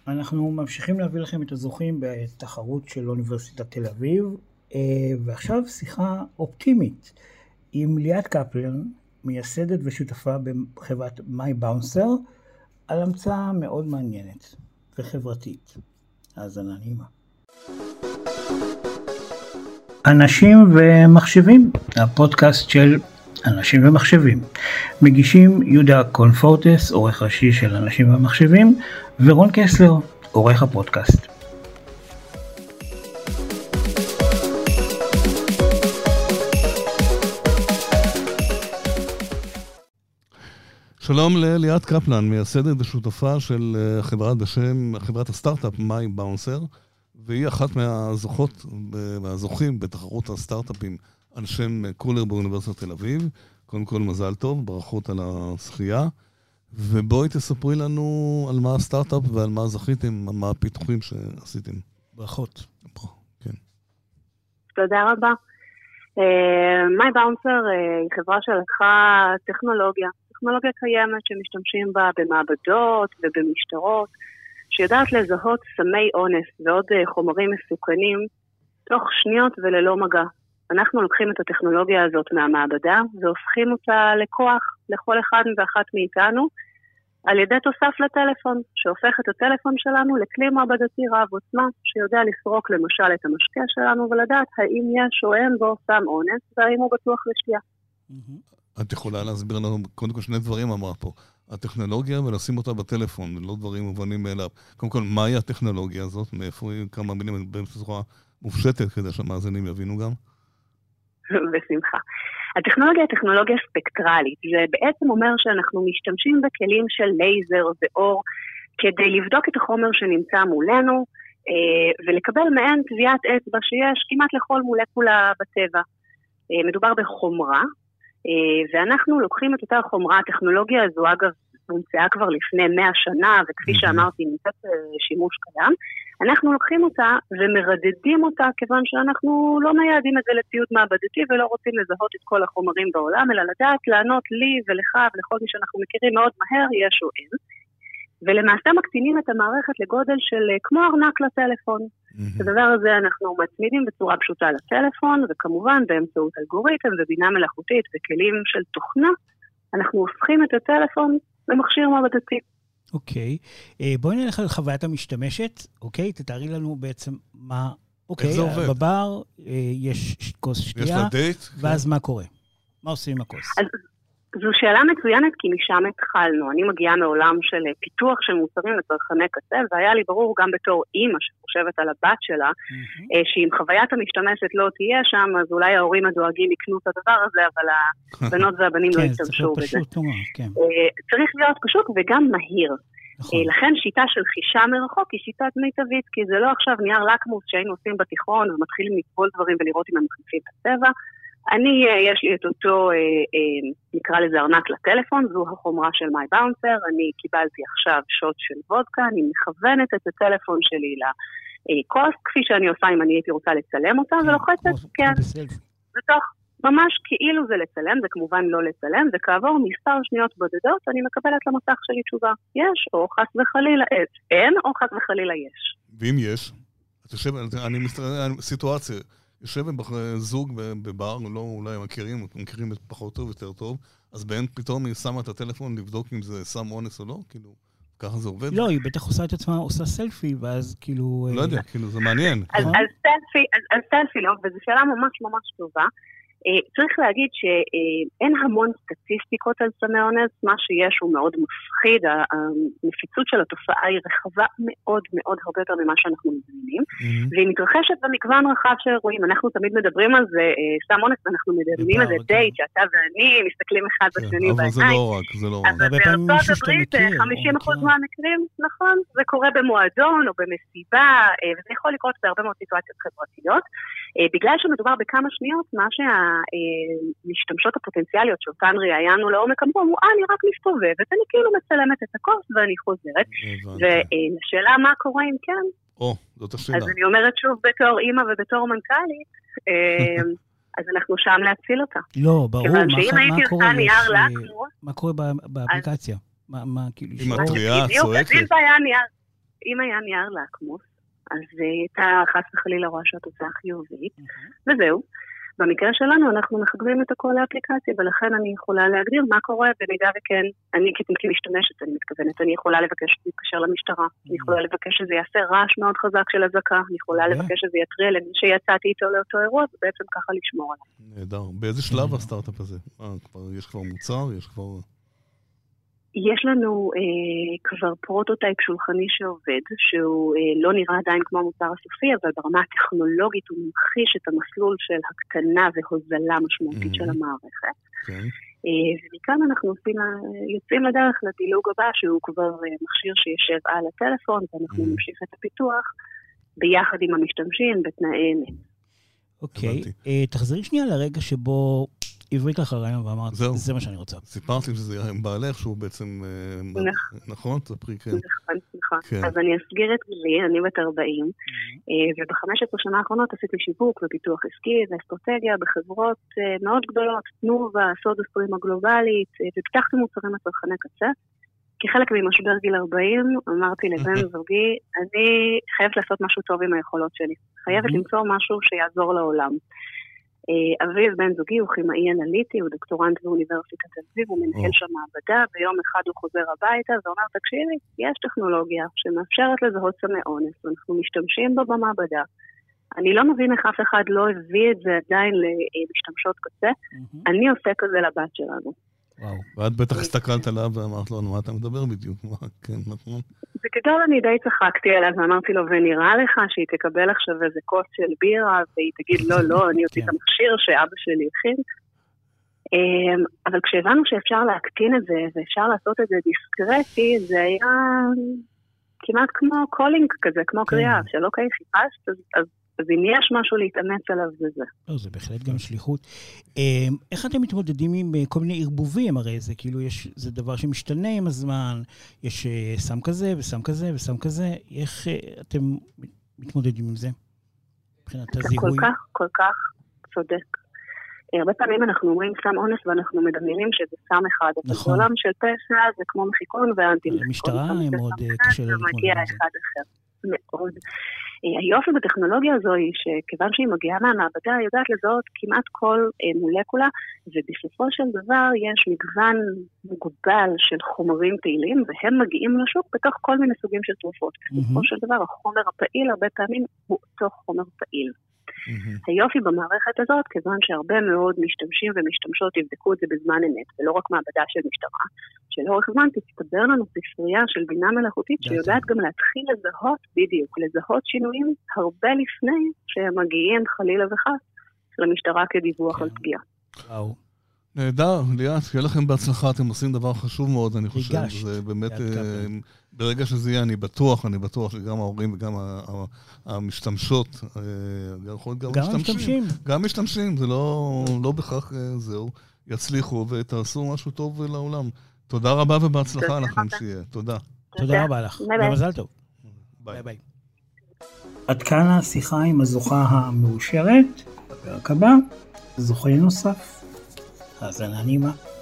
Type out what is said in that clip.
אנחנו ממשיכים להביא לכם את הזוכים בתחרות של אוניברסיטת תל אביב, ועכשיו שיחה אופטימית עם ליאת קפלן, מייסדת ושותפה בחברת MyBouncer, על המצאה מאוד מעניינת וחברתית. האזנה נעימה. אנשים ומחשבים, הפודקאסט של אנשים ומחשבים. מגישים יהודה קונפורטס, עורך ראשי של אנשים ומחשבים, ורון קסלר, עורך הפודקאסט. שלום לליאת קפלן, מייסדת ושותפה של חברת הסטארט-אפ MyBouncer, והיא אחת מהזוכות והזוכים בתחרות הסטארט-אפים על שם קולר באוניברסיטת תל אביב. קודם כל מזל טוב, ברכות על הזכייה, ובואי תספרי לנו על מה הסטארט-אפ ועל מה זכיתם, על מה הפיתוחים שעשיתם. ברכות. כן. תודה רבה. MyBouncer היא חברה שלקחה טכנולוגיה קיימת שמשתמשים בה במעבדות ובמשטרות, שיודעת לזהות סמי אונס ועוד חומרים מסוכנים תוך שניות וללא מגע. אנחנו לוקחים את הטכנולוגיה הזאת מהמעבדה והופכים אותה לכוח לכל אחד ואחת מאיתנו על ידי תוסף לטלפון, שהופך את הטלפון שלנו לכלי מעבדתי רב עוצמה, שיודע לסרוק למשל את המשקה שלנו ולדעת האם יש או אין בו סם אונס והאם הוא בטוח לשתייה. את יכולה להסביר לנו, קודם כל שני דברים אמרה פה, הטכנולוגיה ולשים אותה בטלפון, לא דברים מובנים מאליו. קודם כל, מהי הטכנולוגיה הזאת? מאיפה היא כמה מילים בצורה מופשטת כדי שהמאזינים יבינו גם? בשמחה. הטכנולוגיה היא טכנולוגיה ספקטרלית. זה בעצם אומר שאנחנו משתמשים בכלים של לייזר ואור כדי לבדוק את החומר שנמצא מולנו ולקבל מעין טביעת אצבע שיש כמעט לכל מולקולה בטבע. מדובר בחומרה, ואנחנו לוקחים את אותה חומרה. הטכנולוגיה הזו אגב הומצאה כבר לפני 100 שנה, וכפי שאמרתי נמצאת שימוש קיים. אנחנו לוקחים אותה ומרדדים אותה, כיוון שאנחנו לא מייעדים את זה לציוד מעבדתי ולא רוצים לזהות את כל החומרים בעולם, אלא לדעת לענות לי ולך ולכל מי שאנחנו מכירים מאוד מהר, יש או אין. ולמעשה מקטינים את המערכת לגודל של כמו ארנק לטלפון. את הדבר הזה אנחנו מצמידים בצורה פשוטה לטלפון, וכמובן באמצעות אלגוריתם ובינה מלאכותית וכלים של תוכנה, אנחנו הופכים את הטלפון למכשיר מעבדתי. אוקיי, בואי נלך על חוויית המשתמשת, אוקיי? תתארי לנו בעצם מה, אוקיי, בבר יש כוס שתייה, יש לה דייט, ואז מה קורה? מה עושים עם הכוס? זו שאלה מצוינת, כי משם התחלנו. אני מגיעה מעולם של פיתוח של מוצרים לצרכני קצה, והיה לי ברור גם בתור אימא שחושבת על הבת שלה, שאם חוויית המשתמשת לא תהיה שם, אז אולי ההורים הדואגים יקנו את הדבר הזה, אבל הבנות והבנים לא ישתמשו בזה. צריך להיות פשוט וגם מהיר. לכן שיטה של חישה מרחוק היא שיטת מיטבית, כי זה לא עכשיו נייר לקמוס שהיינו עושים בתיכון ומתחילים לטבול דברים ולראות אם הם מחליפים את הצבע. יש לי את אותו, נקרא לזה ארנק לטלפון, זו החומרה של MyBouncer. אני קיבלתי עכשיו שוט של וודקה, אני מכוונת את הטלפון שלי לכוס, כפי שאני עושה אם אני הייתי רוצה לצלם אותה, ולוחצת, כן, בתוך, ממש כאילו זה לצלם, זה כמובן לא לצלם, וכעבור מספר שניות בודדות, אני מקבלת למסך שלי תשובה, יש, או חס וחלילה אין, או חס וחלילה יש. ואם יש, אני מסתכל, סיטואציה, יושב זוג בבר, לא אולי מכירים פחות טוב, יותר טוב, אז בין פתאום היא שמה את הטלפון לבדוק אם זה סם אונס או לא, כאילו, ככה זה עובד? לא, היא בטח עושה את עצמה, עושה סלפי, ואז כאילו... לא יודע, כאילו, זה מעניין. אז סלפי לא, וזו שאלה ממש ממש טובה. צריך להגיד שאין המון סטטיסטיקות על סמי אונס, מה שיש הוא מאוד מפחיד, הנפיצות של התופעה היא רחבה מאוד מאוד הרבה יותר ממה שאנחנו מבינים, והיא מתרחשת במגוון רחב של אירועים. אנחנו תמיד מדברים על זה, סם אונס, ואנחנו מדברים על זה דייט, שאתה ואני מסתכלים אחד בשני בעיניים. אבל זה לא רק, זה לא רק. אבל בארצות הברית 50% מהמקרים, נכון, זה קורה במועדון או במסיבה, וזה יכול לקרות בהרבה מאוד סיטואציות חברתיות. בגלל שמדובר בכמה שניות, מה שהמשתמשות הפוטנציאליות שאותן ראיינו לעומק אמרו, אני רק מסתובבת, אני כאילו מצלמת את הכוס ואני חוזרת. והשאלה מה קורה אם כן? זאת השאלה. אז אני אומרת שוב בתור אימא ובתור מנכ"לית, אז אנחנו שם להציל אותה. לא, ברור, מה קורה באפליקציה? עם הטריה, צועקת. אם היה נייר לקמוס, אז הייתה חס וחלילה רואה שהתוצאה חיובית, וזהו. במקרה שלנו אנחנו מחברים את הכל לאפליקציה, ולכן אני יכולה להגדיר מה קורה במידה וכן, אני כמשתמשת, אני מתכוונת, אני יכולה לבקש להתקשר למשטרה, אני יכולה לבקש שזה יעשה רעש מאוד חזק של הזקה, אני יכולה לבקש שזה יטריע למי שיצאתי איתו לאותו אירוע, ובעצם ככה לשמור עליו. נהדר. באיזה שלב הסטארט-אפ הזה? יש כבר מוצר? יש לנו כבר פרוטוטייפ שולחני שעובד, שהוא לא נראה עדיין כמו המוצר הסופי, אבל ברמה הטכנולוגית הוא ממחיש את המסלול של הקטנה והוזלה משמעותית של המערכת. ומכאן אנחנו יוצאים לדרך לדילוג הבא, שהוא כבר מכשיר שישב על הטלפון, ואנחנו נמשיך את הפיתוח ביחד עם המשתמשים בתנאי אמת. אוקיי, תחזרי שנייה לרגע שבו עברית לך הרעיון ואמרת, זה מה שאני רוצה. סיפרתי שזה היה עם בעלך, שהוא בעצם... נכון? תספרי, כן. נכון. אז אני אסגיר את גילי, אני בת 40, וב-15 שנה האחרונות עשיתי שיווק ופיתוח עסקי ואסטרטגיה בחברות מאוד גדולות, תנובה, סודה סטרים הגלובלית, ופיתחתי מוצרים לצרכני קצה. כחלק ממשבר גיל 40, אמרתי לבן זוגי, אני חייבת לעשות משהו טוב עם היכולות שלי. חייבת למצוא משהו שיעזור לעולם. אביב בן זוגי הוא כימאי אנליטי, הוא דוקטורנט באוניברסיטת תל אביב, הוא מנהל שם מעבדה, ביום אחד הוא חוזר הביתה ואומר, תקשיבי, יש טכנולוגיה שמאפשרת לזהות סמי אונס, ואנחנו משתמשים בה במעבדה. אני לא מבין איך אף אחד לא הביא את זה עדיין למשתמשות קצה, אני עושה כזה לבת שלנו. וואו, ואת בטח הסתכלת עליו ואמרת לו, מה אתה מדבר בדיוק? כן, נכון. בגדול אני די צחקתי עליו ואמרתי לו, ונראה לך שהיא תקבל עכשיו איזה כוס של בירה, והיא תגיד, לא, אני אותי את המכשיר שאבא שלי הכין. אבל כשהבנו שאפשר להקטין את זה, ואפשר לעשות את זה דיסקרטי, זה היה כמעט כמו קולינג כזה, כמו קריאה, שלא כאי חיפשת, אז אם יש משהו להתאמץ עליו זה. זה בהחלט גם שליחות. איך אתם מתמודדים עם כל מיני ערבובים? הרי זה כאילו זה דבר שמשתנה עם הזמן, יש סם כזה וסם כזה וסם כזה. איך אתם מתמודדים עם זה? מבחינת הזיהוי? כל כך צודק. הרבה פעמים אנחנו אומרים סם אונס ואנחנו מדמיינים שזה סם אחד. נכון. בעולם של פשע זה כמו מחיקון ואנטי-מחיקון. המשטרה מאוד קשה להתמודד עם זה. ומגיע אחד אחר. מאוד. היופי בטכנולוגיה הזו היא שכיוון שהיא מגיעה מהמעבדה, היא יודעת לזהות כמעט כל מולקולה, ובסופו של דבר יש מגוון מוגבל של חומרים פעילים, והם מגיעים לשוק בתוך כל מיני סוגים של תרופות. בסופו של דבר החומר הפעיל הרבה פעמים הוא אותו חומר פעיל. היופי במערכת הזאת, כיוון שהרבה מאוד משתמשים ומשתמשות יבדקו את זה בזמן אמת, ולא רק מעבדה של משטרה, שלאורך זמן תצטבר לנו ספרייה של בינה מלאכותית, שיודעת גם להתחיל לזהות שינויים הרבה לפני שהם מגיעים חלילה וחס למשטרה כדיווח על פגיעה. וואו. נהדר, ליאת, שיהיה לכם בהצלחה, אתם עושים דבר חשוב מאוד, אני חושב, זה באמת, ברגע שזה יהיה, אני בטוח שגם ההורים וגם המשתמשות, גם משתמשים, זה לא בכך זהו, יצליחו ותעשו משהו טוב לעולם. תודה רבה ובהצלחה לכם שיהיה, תודה. תודה רבה לך, ומזל טוב. ביי ביי. עד כאן השיחה עם הזוכה המאושרת, בפרק הבא, זוכה נוסף. האזנה נעימה.